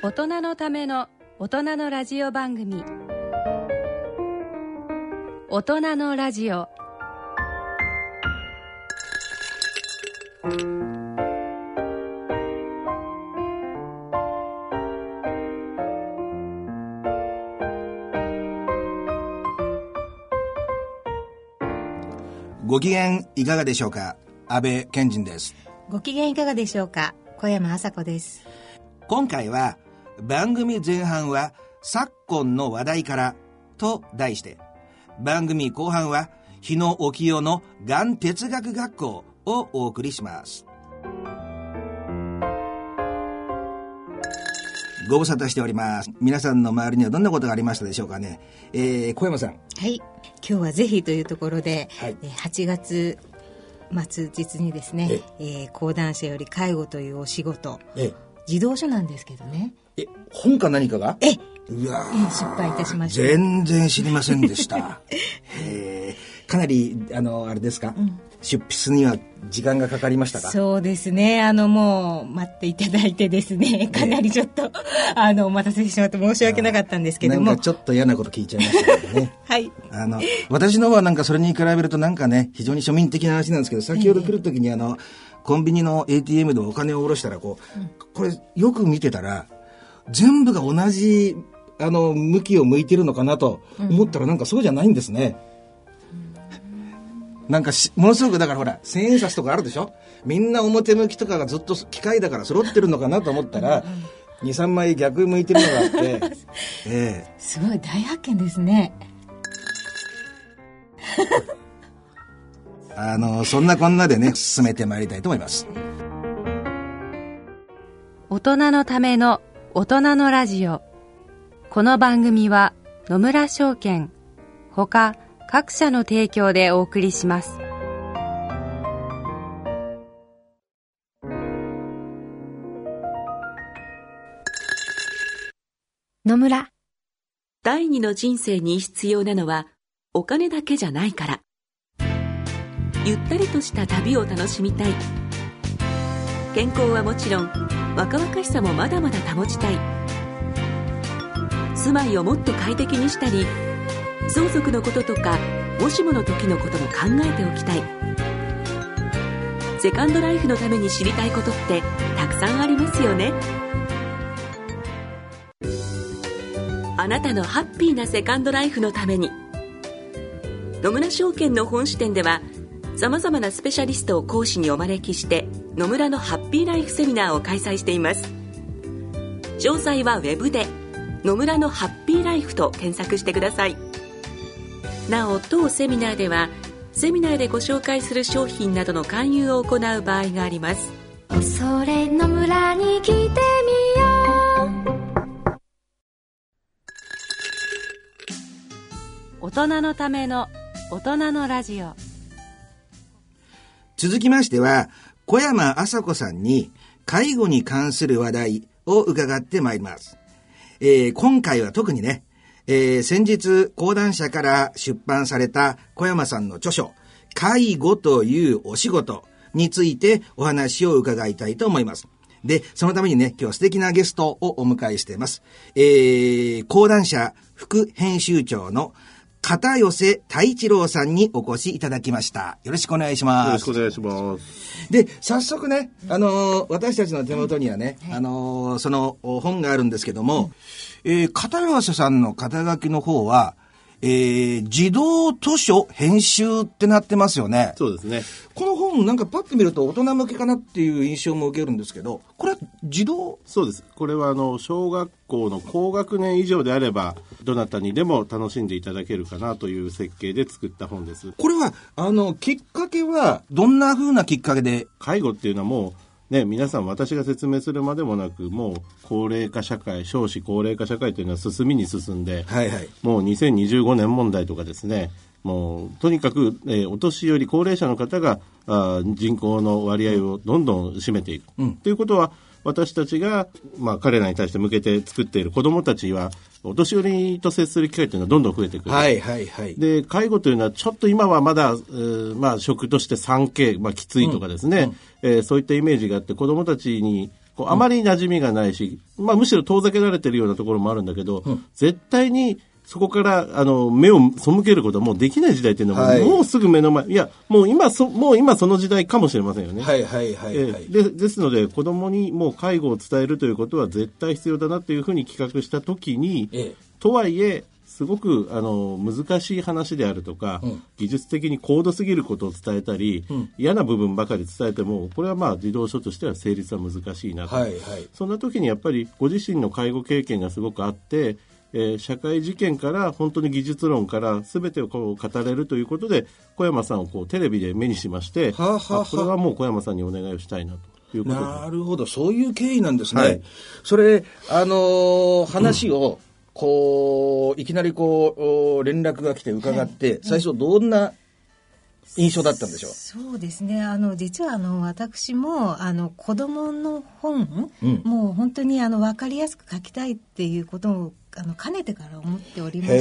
大人のための大人のラジオ番組、大人のラジオ。 ご機嫌いかがでしょうか。安倍賢人です。 ご機嫌いかがでしょうか。小山麻子です。 今回は番組前半は昨今の話題からと題して、番組後半は日野沖代のがん哲学学校をお送りします。ご無沙汰しております。皆さんの周りにはどんなことがありましたでしょうかね。小山さん。 はい、今日はぜひというところで、 はい、 8月末日にですね、講談社より介護というお仕事、児童書なんですけどね。 本か何かがうわ出版いたしました。 全然知りませんでしたかなりあれですか、出筆には時間がかかりましたか。 そうですね、もう待っていただいてですね、かなりちょっと、お待たせしてしまって申し訳なかったんですけども、 なんかちょっと嫌なこと聞いちゃいましたけどねはい、 私の方はなんかそれに比べるとなんかね、非常に庶民的な話なんですけど、先ほど来る時にコンビニの ATM でお金を下ろしたらこれよく見てたら全部が同じ向きを向いてるのかなと思ったら、なんかそうじゃないんですね。なんかものすごくだからほら千円札とかあるでしょ、みんな表向きとかがずっと機械だから揃ってるのかなと思ったら 2,3 枚逆向いてるのがあってすごい大発見ですねそんなこんなでね進めてまいりたいと思います。 大人のための大人のラジオ。この番組は野村証券ほか各社の提供でお送りします。 野村。 第二の人生に必要なのはお金だけじゃないから。ゆったりとした旅を楽しみたい。健康はもちろん若々しさもまだまだ保ちたい。住まいをもっと快適にしたり、相続のこととかもしもの時のことも考えておきたい。セカンドライフのために知りたいことってたくさんありますよね。あなたのハッピーなセカンドライフのために、野村証券の本支店ではさまざまなスペシャリストを講師にお招きして野村のハッピーライフセミナーを開催しています。詳細はウェブで野村のハッピーライフと検索してください。なお当セミナーではセミナーでご紹介する商品などの勧誘を行う場合があります。 それの村に来てみよう。 大人のための大人のラジオ。 続きましては小山麻子さんに介護に関する話題を伺ってまいります。今回は特にね、先日講談社から出版された小山さんの著書介護というお仕事についてお話を伺いたいと思います。で、そのためにね、今日は素敵なゲストをお迎えしています。講談社副編集長の片寄太一郎さんにお越しいただきました。よろしくお願いします。 よろしくお願いします。 で、早速ね、私たちの手元にはね、その本があるんですけども、片寄さんの肩書きの方は、児童図書編集ってなってますよね。 そうですね。 この本なんかパッと見ると大人向けかなっていう印象も受けるんですけど、これは児童？ そうです。これは小学校の高学年以上であればどなたにでも楽しんでいただけるかなという設計で作った本です。 これはきっかけはどんな風なきっかけで？ 介護っていうのはもうね、皆さん私が説明するまでもなく、もう高齢化社会、少子高齢化社会というのは進みに進んで、もう2025年問題とかですね、もうとにかく、お年寄り高齢者の方が人口の割合をどんどん占めていく、ということは私たちが、彼らに対して向けて作っている子どもたちはお年寄りと接する機会というのはどんどん増えてくる、で介護というのはちょっと今はまだ、職として 3K、きついとかですね、そういったイメージがあって子どもたちにあまり馴染みがないし、むしろ遠ざけられてるようなところもあるんだけど、絶対にそこから目を背けることはもうできない時代っていうのはもうすぐ目の前、いやもう今その時代かもしれませんよね。ですので子供にもう介護を伝えるということは絶対必要だなというふうに企画したときに、とはいえすごく難しい話であるとか、技術的に高度すぎることを伝えたり、嫌な部分ばかり伝えてもこれは児童書としては成立は難しいなと、そんな時にやっぱりご自身の介護経験がすごくあって、社会事件から本当に技術論から全てを語れるということで小山さんをテレビで目にしまして、これはもう小山さんにお願いをしたいなということで。 なるほど、そういう経緯なんですね。それ話をいきなり連絡が来て伺って、最初どんな印象だったんでしょう。 そうですね、実は私も子どもの本、もう本当に分かりやすく書きたいっていうことをかねてから思っておりまして、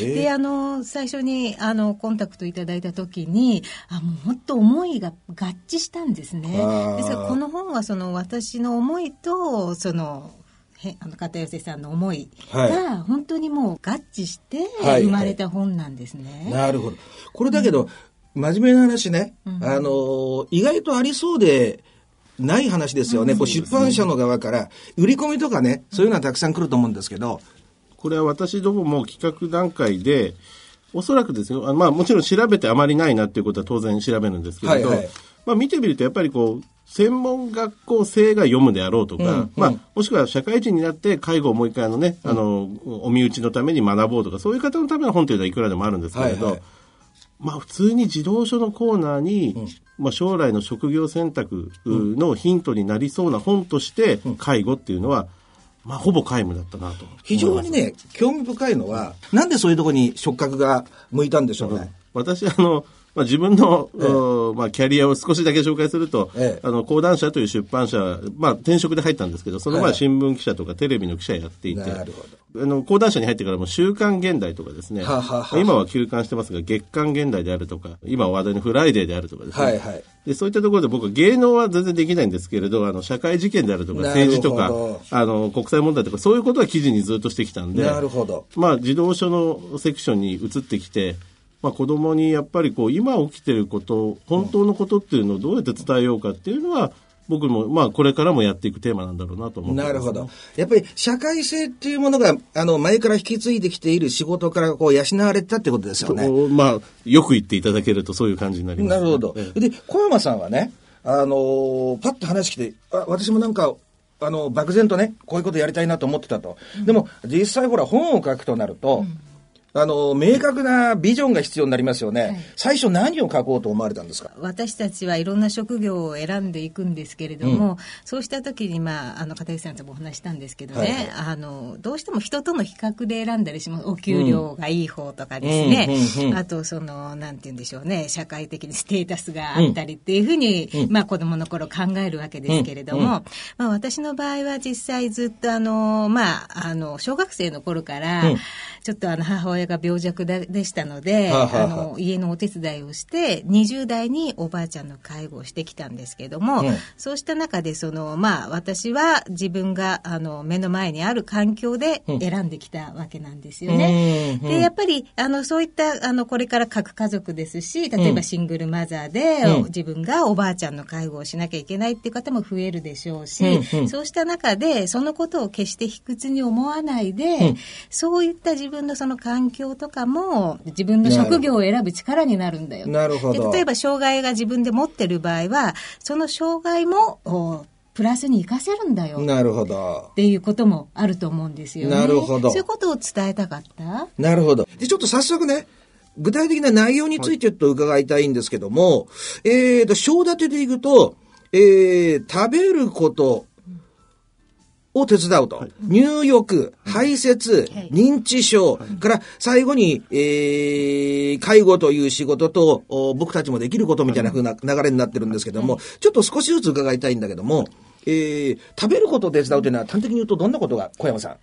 で最初にコンタクトいただいた時にもう本当思いが合致したんですね。ですからこの本は私の思いと片寄さんの思いが本当にもう合致して生まれた本なんですね。 なるほど。これだけど、真面目な話ね、意外とありそうでない話ですよね。出版社の側から売り込みとかね、そういうのはたくさん来ると思うんですけど、 これは私どもも企画段階でおそらくですよ、もちろん調べてあまりないなっていうことは当然調べるんですけれど、見てみるとやっぱり専門学校生が読むであろうとか、もしくは社会人になって介護をもう一回お身内のために学ぼうとか、そういう方のための本というのはいくらでもあるんですけれど、普通に児童書のコーナーに、将来の職業選択のヒントになりそうな本として介護っていうのは、ほぼ皆無だったなと。 非常にね、興味深いのは、なんでそういうところに触覚が向いたんでしょうね。 私自分の、キャリアを少しだけ紹介すると、講談社という出版社、転職で入ったんですけど、その前新聞記者とかテレビの記者やっていて、講談社に入ってからも週刊現代とかですね、今は休刊してますが月刊現代であるとか、今話題のフライデーであるとかですね、でそういったところで僕は芸能は全然できないんですけれど、社会事件であるとか政治とか国際問題とかそういうことは記事にずっとしてきたんで、児童書のセクションに移ってきて、子供にやっぱり今起きてること、本当のことっていうのをどうやって伝えようかっていうのは、僕もこれからもやっていくテーマなんだろうなと思ってます、ね。なるほど。 やっぱり社会性っていうものが前から引き継いできている仕事から養われたってことですよね。 よく言っていただけるとそういう感じになります、ね。 なるほど。で小山さんはね、パッと話来て、私も漠然とねこういうことやりたいなと思ってたと。でも実際本を書くとなると。明確なビジョンが必要になりますよね、最初何を書こうと思われたんですか。 私たちはいろんな職業を選んでいくんですけれども、そうした時に片寄さんともお話したんですけどね、どうしても人との比較で選んだりします。お給料がいい方とかですね、あとなんて言うんでしょうね、社会的にステータスがあったりっていうふうに、子供の頃考えるわけですけれども、私の場合は実際ずっと小学生の頃から、ちょっと母親が病弱でしたので、家のお手伝いをして20代におばあちゃんの介護をしてきたんですけども、そうした中で私は自分が目の前にある環境で選んできたわけなんですよね。でやっぱりそういったこれから核家族ですし、例えばシングルマザーで、自分がおばあちゃんの介護をしなきゃいけないっていう方も増えるでしょうし、そうした中でそのことを決して卑屈に思わないで、そういった自分のその環境とかも自分の職業を選ぶ力になるんだよ。 なるほど。 で例えば障害が自分で持ってる場合は、その障害もプラスに活かせるんだよ。 なるほど。 っていうこともあると思うんですよね。 なるほど。 そういうことを伝えたかった。 なるほど。でちょっと早速ね、具体的な内容についてちょっと伺いたいんですけども、章立てでいくと、食べることを手伝うと、入浴、排泄、認知症、から最後に、介護という仕事と僕たちもできることみたいな風な流れになってるんですけども、ちょっと少しずつ伺いたいんだけども、食べることを手伝うというのは端的に言うとどんなことが小山さん。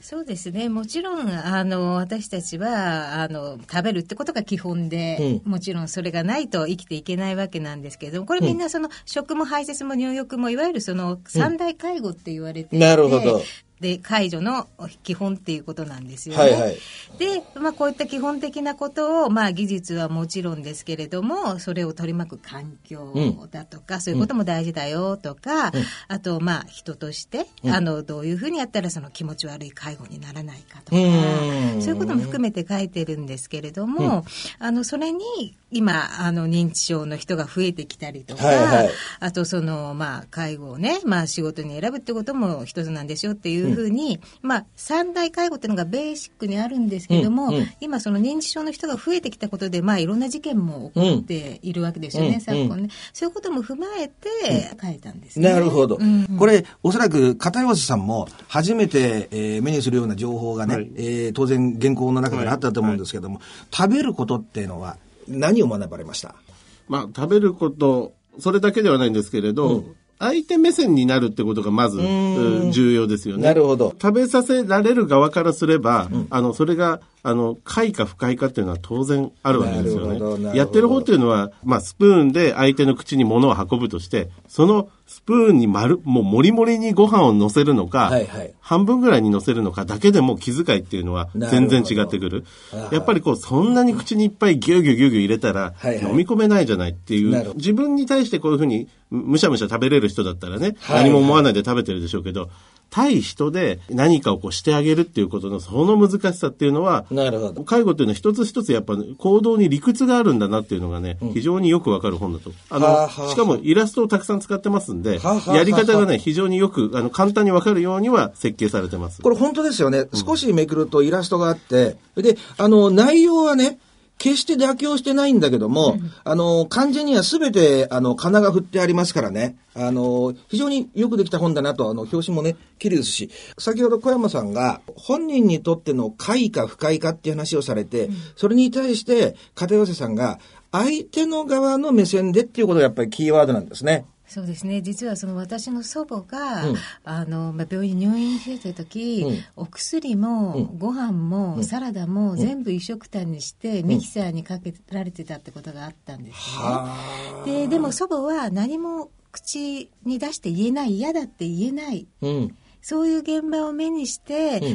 そうですね。もちろん私たちは食べるってことが基本で、もちろんそれがないと生きていけないわけなんですけど、これみんな食も排泄も入浴もいわゆる三大介護って言われていて、 なるほど。 で介助の基本っていうことなんですよね。 はいはい、 で、こういった基本的なことを、技術はもちろんですけれども、それを取り巻く環境だとか、そういうことも大事だよとか、あと人として、どういうふうにやったらその気持ち悪い介護にならないかとか、そういうことも含めて書いてるんですけれども、それに今認知症の人が増えてきたりとか、あと介護をね、仕事に選ぶってことも一つなんですよっていうふうに、三大介護っていうのがベーシックにあるんですけども、今その認知症の人が増えてきたことで、いろんな事件も起こっているわけですよね、昨今ね。そういうことも踏まえて書いたんですね。 なるほど。これおそらく片寄さんも初めて、目にするような情報がね、当然原稿の中からあったと思うんですけども、食べることっていうのは何を学ばれました？ 食べること、それだけではないんですけれど、相手目線になるってことがまず重要ですよね。 なるほど。 食べさせられる側からすれば、それが快か不快かっていうのは当然あるわけですよね。やってる方っていうのは、スプーンで相手の口に物を運ぶとして、そのスプーンにもうもりもりにご飯を乗せるのか、半分ぐらいに乗せるのかだけでも気遣いっていうのは全然違ってくる。やっぱりそんなに口にいっぱいギューギューギューギュー入れたら、飲み込めないじゃないっていう、自分に対してこういうふうにむしゃむしゃ食べれる人だったらね、何も思わないで食べてるでしょうけど、対人で何かをしてあげるっていうことのその難しさっていうのは、 なるほど。 介護っていうのは一つ一つやっぱ行動に理屈があるんだなっていうのがね、非常によくわかる本だと。しかもイラストをたくさん使ってますんで、やり方がね、非常によく簡単にわかるようには設計されてます。 これ本当ですよね。少しめくるとイラストがあって、で、内容はね、決して妥協してないんだけども、完全には全て、仮名が振ってありますからね。非常によくできた本だなと、表紙もね、綺麗ですし、先ほど小山さんが、本人にとっての快か不快かっていう話をされて、それに対して、片寄さんが、相手の側の目線でっていうことがやっぱりキーワードなんですね。 そうですね。実は私の祖母が、病院に入院してた時、お薬もご飯もサラダも全部一食単にしてミキサーにかけられてたってことがあったんですね。でも祖母は何も口に出して言えない、嫌だって言えない。そういう現場を目にして、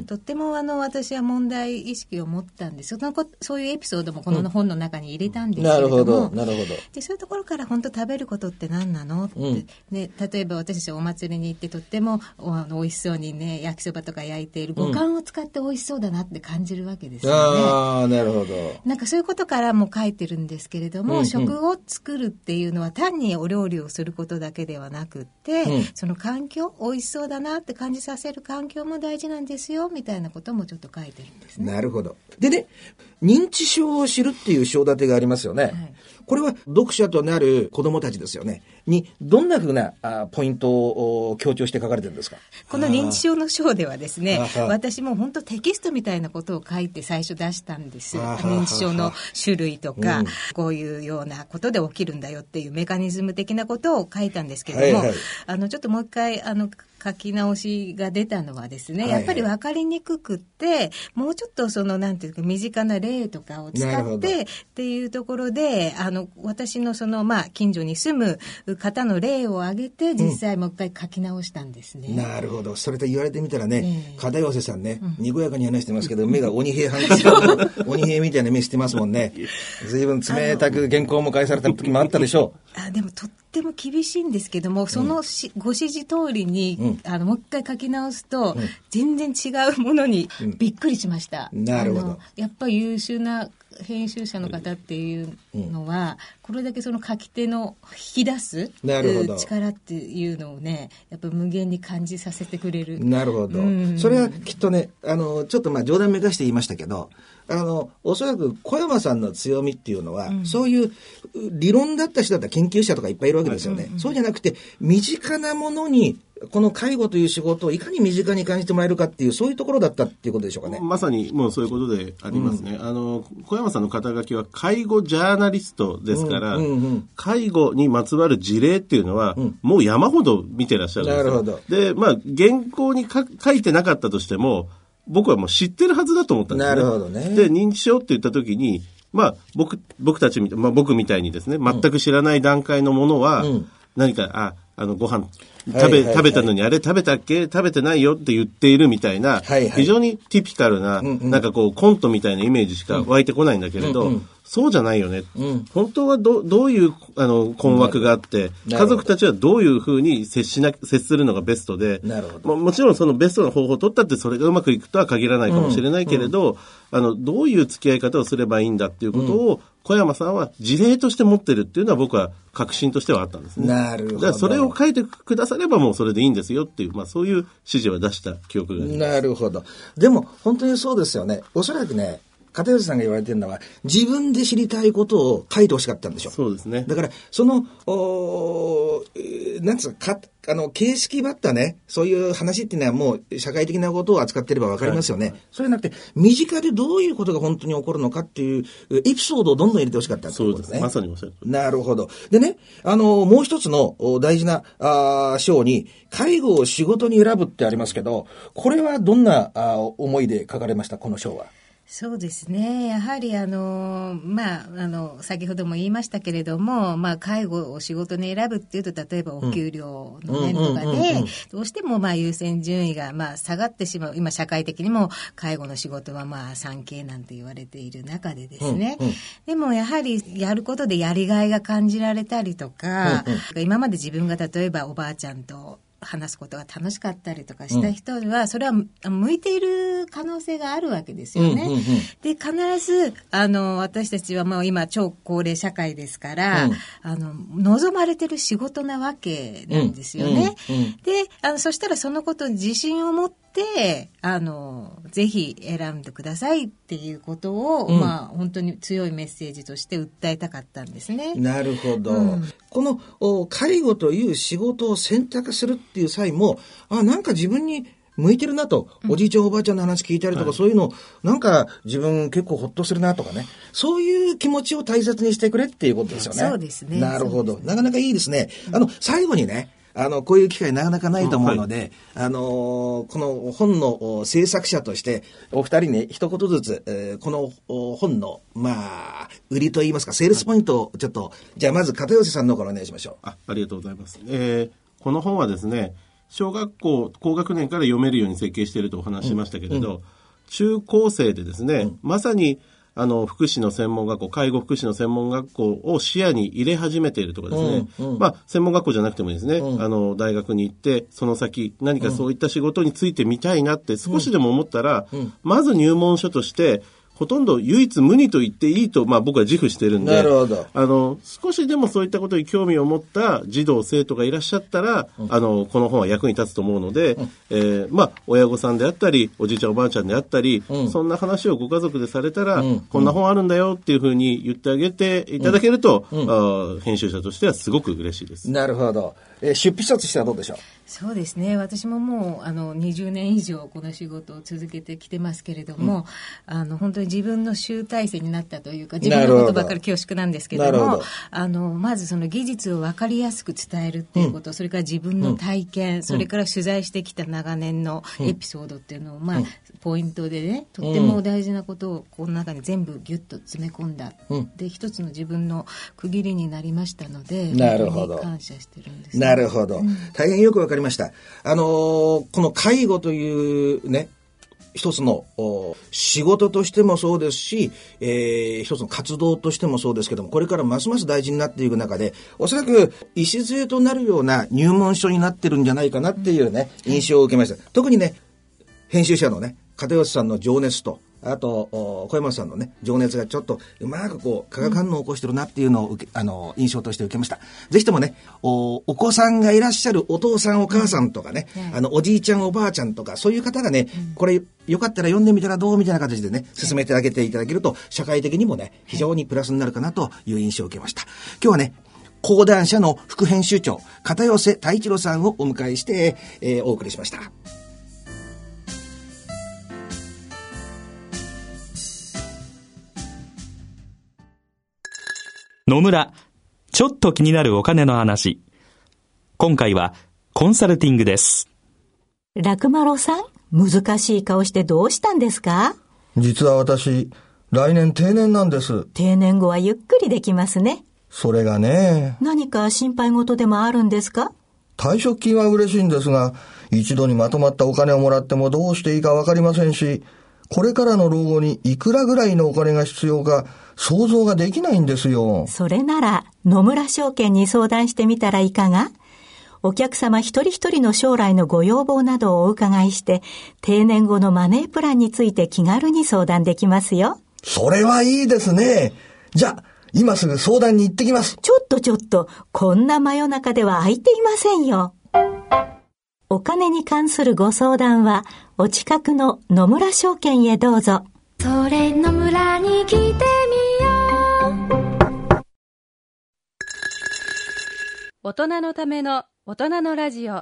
とっても私は問題意識を持ったんです。そういうエピソードもこの本の中に入れたんですけれども、 なるほど。 で、そういうところから本当食べることって何なのって、ね、例えば私たちお祭りに行ってとっても美味しそうにね、焼きそばとか焼いている五感を使って美味しそうだなって感じるわけですよね。なるほど。なんかそういうことからも書いてるんですけれども、食を作るっていうのは単にお料理をすることだけではなくって、その環境、美味しそうだなって感じさせる環境も大事なんですよみたいなこともちょっと書いてるんですね。 なるほど。でね、認知症を知るっていう章立てがありますよね。これは読者となる子どもたちですよね。にどんなふうなポイントを強調して書かれてるんですか？ この認知症の章ではですね、私も本当テキストみたいなことを書いて最初出したんです。認知症の種類とか、こういうようなことで起きるんだよっていうメカニズム的なことを書いたんですけれども、ちょっともう一回書き直しが出たのはですね、やっぱり分かりにくくって、もうちょっとなんていうか身近な例とかを使ってっていうところで、私の近所に住む方の例を挙げて実際もう一回書き直したんですね。 なるほど。それと言われてみたらね、片寄さんね、にこやかに話してますけど、目が鬼平犯科鬼平みたいな目してますもんね。随分冷たく原稿も返された時もあったでしょう。 でもとっても厳しいんですけども、そのご指示通りに、もう一回書き直すと、全然違うものにびっくりしました。 なるほど。 やっぱり優秀な編集者の方っていうのは、これだけその書き手の引き出す力っていうのをね、やっぱ無限に感じさせてくれる。 なるほど。それはきっとね、ちょっと冗談めかして言いましたけど、おそらく小山さんの強みっていうのは、そういう理論だった人だったら研究者とかいっぱいいるわけですよね。そうじゃなくて、身近なものにこの介護という仕事をいかに身近に感じてもらえるかっていう、そういうところだったっていうことでしょうかね。 まさにもうそういうことでありますね。小山さんの肩書きは介護ジャーナリストですから、介護にまつわる事例っていうのは、もう山ほど見てらっしゃるんですよ。なるほど。で、原稿に書いてなかったとしても、 僕はもう知ってるはずだと思ったんですね。 なるほどね。 で、認知症って言った時に、僕たち僕みたいにですね、全く知らない段階のものは、何か、ご飯食べたのにあれ食べたっけ食べてないよって言っているみたいな、非常にティピカルな、なんかこうコントみたいなイメージしか湧いてこないんだけれど、そうじゃないよね。本当はどういう困惑があって、家族たちはどういうふうに接するのがベストで、もちろんそのベストな方法を取ったってそれがうまくいくとは限らないかもしれないけれど、どういう付き合い方をすればいいんだっていうことを、小山さんは事例として持ってるっていうのは僕は確信としてはあったんですね。 なるほど。 だからそれを書いてくださればもうそれでいいんですよっていう、そういう指示は出した記憶があります。 なるほど。でも本当にそうですよね。おそらくね、片寄さんが言われてるのは自分で知りたいことを書いてほしかったんでしょう。 そうですね。 だからそのなんつうか形式ばったね、そういう話っていうのはもう社会的なことを扱ってれば分かりますよね。それなくて身近でどういうことが本当に起こるのかっていうエピソードをどんどん入れてほしかったってことですね。 そうです。まさにおっしゃる。 なるほど。でね、もう一つの大事な章に介護を仕事に選ぶってありますけど、これはどんな思いで書かれましたこの章は。 そうですね。やはり先ほども言いましたけれども、介護を仕事に選ぶっていうと、例えばお給料の面とかで、どうしても優先順位が下がってしまう。今社会的にも介護の仕事は3K なんて言われている中でですね。でもやはりやることでやりがいが感じられたりとか、今まで自分が例えばおばあちゃんと話すことが楽しかったりとかした人は、それは向いている可能性があるわけですよね。で、必ず私たちは今超高齢社会ですから、望まれてる仕事なわけなんですよね。で、そしたらそのことに自信を持ってぜひ選んでくださいっていうことを、本当に強いメッセージとして訴えたかったんですね。 なるほど。この介護という仕事を選択するっていう際も、なんか自分に向いてるなと、おじいちゃんおばあちゃんの話聞いたりとか、そういうのなんか自分結構ほっとするなとかね、そういう気持ちを大切にしてくれっていうことですよね。 そうですね。 なるほど。なかなかいいですね。最後にね、こういう機会なかなかないと思うので、この本の制作者としてお二人ね、一言ずつ、この本の売りといいますかセールスポイントをちょっと、じゃあまず片寄さんの方からお願いしましょう。 ありがとうございます。この本はですね、小学校高学年から読めるように設計しているとお話しましたけれど、中高生でですね、まさに福祉の専門学校、介護福祉の専門学校を視野に入れ始めているとかですね、専門学校じゃなくてもいいですね、大学に行って、その先、何かそういった仕事についてみたいなって少しでも思ったら、まず入門書として、ほとんど唯一無二と言っていいと、僕は自負してるんで、 なるほど。 少しでもそういったことに興味を持った児童生徒がいらっしゃったら、この本は役に立つと思うので、親御さんであったり、おじいちゃんおばあちゃんであったり、そんな話をご家族でされたら、こんな本あるんだよっていうふうに言ってあげていただけると、編集者としてはすごく嬉しいです。 なるほど。出筆者としてはどうでしょう。 そうですね。私ももう20年以上この仕事を続けてきてますけれども、本当に自分の集大成になったというか、自分のことばかり恐縮なんですけれども、まずその技術を分かりやすく伝えるっていうこと、それから自分の体験、それから取材してきた長年のエピソードっていうのを、ポイントでね、とっても大事なことをこの中に全部ギュッと詰め込んだ、で一つの自分の区切りになりましたので、 なるほど、 本当に感謝してるんです、 なるほど、大変よくわかりました。この介護というね、一つの仕事としてもそうですし、一つの活動としてもそうですけども、これからますます大事になっていく中で、おそらく礎となるような入門書になってるんじゃないかなっていうね、印象を受けました。特にね、編集者のね、片寄さんの情熱と、あと小山さんのね情熱がちょっとうまくこう化学反応を起こしてるなっていうのを印象として受けました。ぜひともね、お子さんがいらっしゃるお父さんお母さんとかね、おじいちゃんおばあちゃんとかそういう方がね、これよかったら読んでみたらどうみたいな形でね進めてあげていただけると、社会的にもね非常にプラスになるかなという印象を受けました。今日はね、講談社の副編集長片寄太一郎さんをお迎えして、お送りしました。 野村、ちょっと気になるお金の話。今回はコンサルティングです。 楽丸さん、 難しい顔してどうしたんですか？ 実は私、来年定年なんです。 定年後はゆっくりできますね。 それがね。 何か心配事でもあるんですか？ 退職金は嬉しいんですが、一度にまとまったお金をもらってもどうしていいかわかりませんし、これからの老後にいくらぐらいのお金が必要か想像ができないんですよ。 それなら野村証券に相談してみたらいかが？お客様一人一人の将来のご要望などをお伺いして、定年後のマネープランについて気軽に相談できますよ。 それはいいですね。じゃあ今すぐ相談に行ってきます。 ちょっと、こんな真夜中では空いていませんよ。お金に関するご相談はお近くの野村証券へどうぞ。 それ野村に来てみよう。 大人のための大人のラジオ。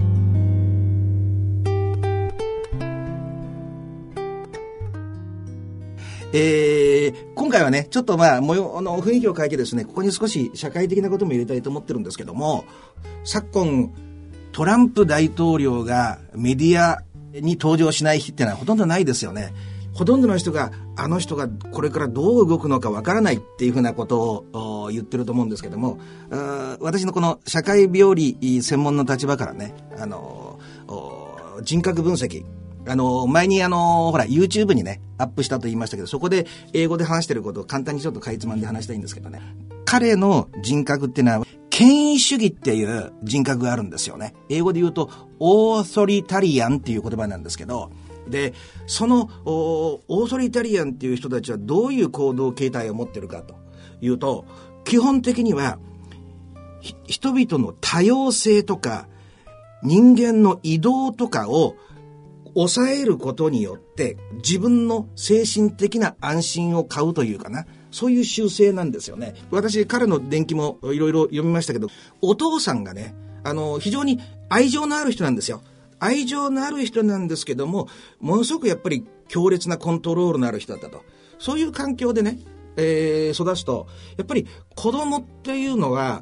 今回はね、ちょっと模様の雰囲気を変えてですね、ここに少し社会的なことも入れたいと思ってるんですけども、昨今トランプ大統領がメディアに登場しない日っていうのはほとんどないですよね。ほとんどの人があの人がこれからどう動くのかわからないっていうふうなことを言ってると思うんですけども、私のこの社会病理専門の立場からね、人格分析、前にYouTube にねアップしたと言いましたけど、そこで英語で話してることを簡単にちょっとかいつまんで話したいんですけどね、彼の人格っていうのは権威主義っていう人格があるんですよね。英語で言うとオーソリタリアンっていう言葉なんですけど、でそのオーソリタリアンっていう人たちはどういう行動形態を持ってるかというと、基本的には人々の多様性とか人間の移動とかを抑えることによって自分の精神的な安心を買うというかな、そういう習性なんですよね。私彼の伝記もいろいろ読みましたけど、お父さんがね非常に愛情のある人なんですよ。愛情のある人なんですけども、ものすごくやっぱり強烈なコントロールのある人だったと。そういう環境でね、育つとやっぱり子供っていうのは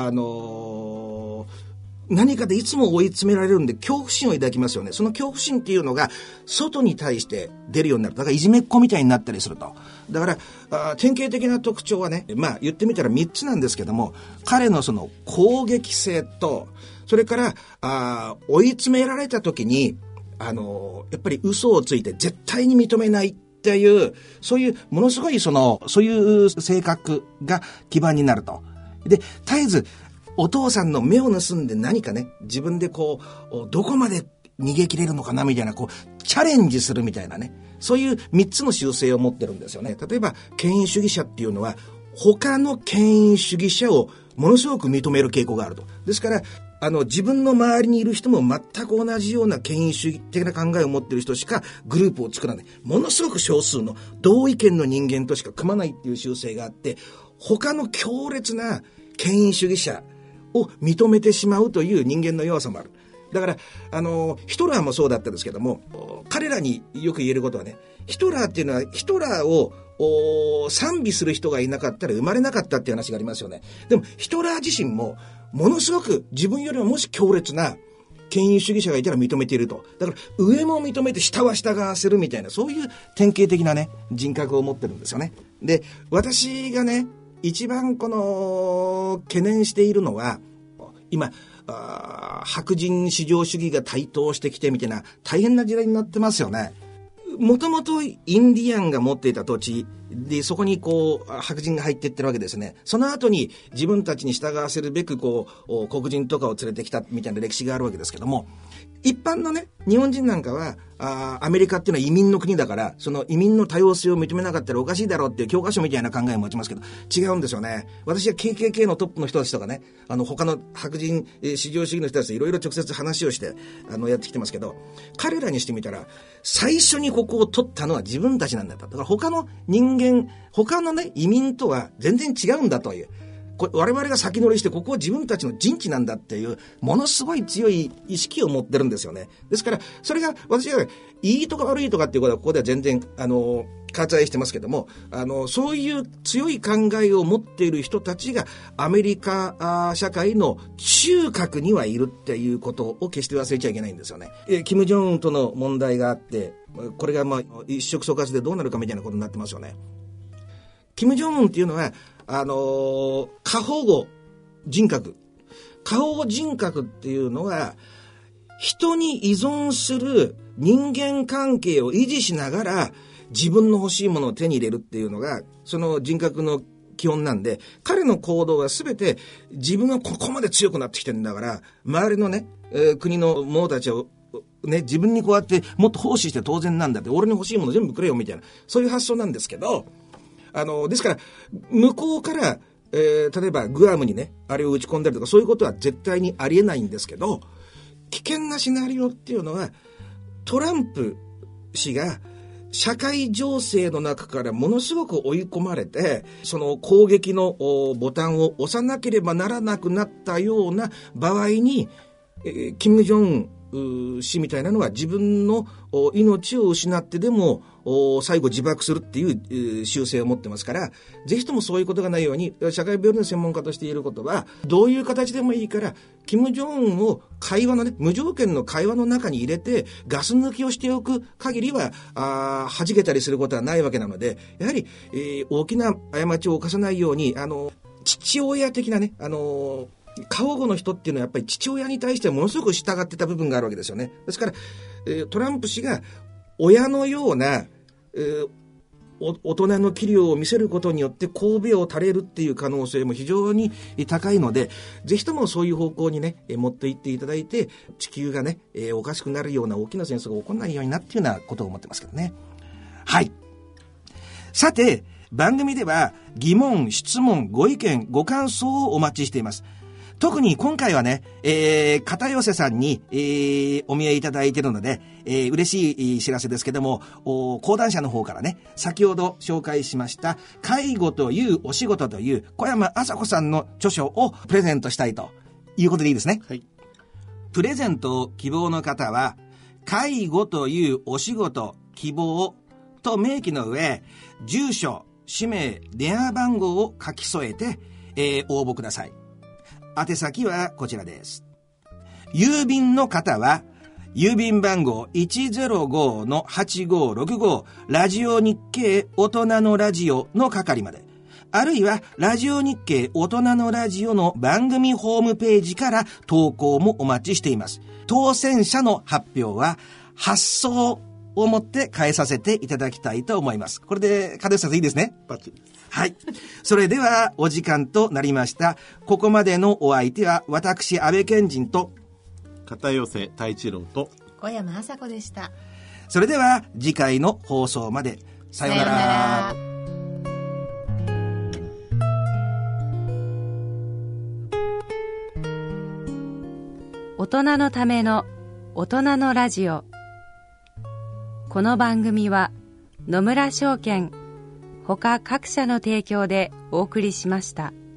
何かでいつも追い詰められるんで恐怖心を抱きますよね。その恐怖心っていうのが外に対して出るようになる。だからいじめっ子みたいになったりすると。だから典型的な特徴はね、言ってみたら3つなんですけども、彼のその攻撃性と、それから追い詰められた時にやっぱり嘘をついて絶対に認めないっていう、そういうものすごいそういう性格が基盤になると。で絶えずお父さんの目を盗んで何かね、自分でどこまで逃げ切れるのかなみたいなチャレンジするみたいなね、そういう3つの習性を持ってるんですよね。例えば権威主義者っていうのは他の権威主義者をものすごく認める傾向があると。ですから自分の周りにいる人も全く同じような権威主義的な考えを持っている人しかグループを作らない。ものすごく少数の同意見の人間としか組まないっていう習性があって、他の強烈な権威主義者を認めてしまうという人間の弱さもある。だからヒトラーもそうだったんですけども、彼らによく言えることはね、ヒトラーっていうのはヒトラーを賛美する人がいなかったら生まれなかったっていう話がありますよね。でもヒトラー自身もものすごく自分よりももし強烈な権威主義者がいたら認めていると。だから上も認めて下は従わせるみたいな、そういう典型的なね人格を持ってるんですよね。で私がね一番懸念しているのは、今白人至上主義が台頭してきてみたいな大変な時代になってますよね。もともとインディアンが持っていた土地で、そこに白人が入っていってるわけですね。その後に自分たちに従わせるべく黒人とかを連れてきたみたいな歴史があるわけですけども、一般のね日本人なんかはアメリカっていうのは移民の国だから、その移民の多様性を認めなかったらおかしいだろうっていう教科書みたいな考えを持ちますけど、違うんですよね。私は KKK のトップの人たちとかね、他の白人至上主義の人たちといろいろ直接話をしてやってきてますけど、彼らにしてみたら最初にここを取ったのは自分たちなんだと。だから他の人間、他のね移民とは全然違うんだという、我々が先乗りしてここは自分たちの陣地なんだっていうものすごい強い意識を持ってるんですよね。ですからそれが私がいいとか悪いとかっていうことはここでは全然割愛してますけども、そういう強い考えを持っている人たちがアメリカ社会の中核にはいるっていうことを決して忘れちゃいけないんですよね。キム・ジョンウンとの問題があって、これが一触即発でどうなるかみたいなことになってますよね。キム・ジョンウンっていうのは過保護人格っていうのは人に依存する人間関係を維持しながら自分の欲しいものを手に入れるっていうのがその人格の基本なんで、彼の行動は全て自分はここまで強くなってきてるんだから周りのね、国の者たちをね、自分にこうやってもっと奉仕して当然なんだって、俺に欲しいもの全部くれよみたいな、そういう発想なんですけど、ですから向こうから例えばグアムにねあれを打ち込んだりとかそういうことは絶対にありえないんですけど、危険なシナリオっていうのはトランプ氏が社会情勢の中からものすごく追い込まれて、その攻撃のボタンを押さなければならなくなったような場合に、キム・ジョン氏みたいなのは自分の命を失ってでも最後自爆するっていう習性を持ってますから、ぜひともそういうことがないように社会病理の専門家として言えることは、どういう形でもいいからキム・ジョンウンを会話のね、無条件の会話の中に入れてガス抜きをしておく限りは弾けたりすることはないわけなので、やはり、大きな過ちを犯さないように父親的なね過保護の人っていうのはやっぱり父親に対してものすごく従ってた部分があるわけですよね。ですから、トランプ氏が親のような、大人の器量を見せることによって神戸を垂れるっていう可能性も非常に高いので、ぜひともそういう方向にね持っていっていただいて、地球がねおかしくなるような大きな戦争が起こらないようになっていうようなことを思ってますけどね。はい。さて番組では疑問、質問、ご意見、ご感想をお待ちしています。特に今回はね、片寄さんに、お見えいただいているので、嬉しい知らせですけども、講談社の方からね、先ほど紹介しました介護というお仕事という小山麻子さんの著書をプレゼントしたいということでいいですね。はい。プレゼントを希望の方は介護というお仕事希望と明記の上、住所、氏名、電話番号を書き添えて、応募ください。宛先はこちらです。郵便の方は郵便番号 105-8565 ラジオ日経大人のラジオの係まで、あるいはラジオ日経大人のラジオの番組ホームページから投稿もお待ちしています。当選者の発表は発送をもって返させていただきたいと思います。これで門吉さんいいですね。バッチリ。はい。それではお時間となりました。ここまでのお相手は私安倍賢人と片寄太一郎と小山麻子でした。 それでは次回の放送まで。さようなら。 大人のための大人のラジオ。この番組は野村証券他各社の提供でお送りしました。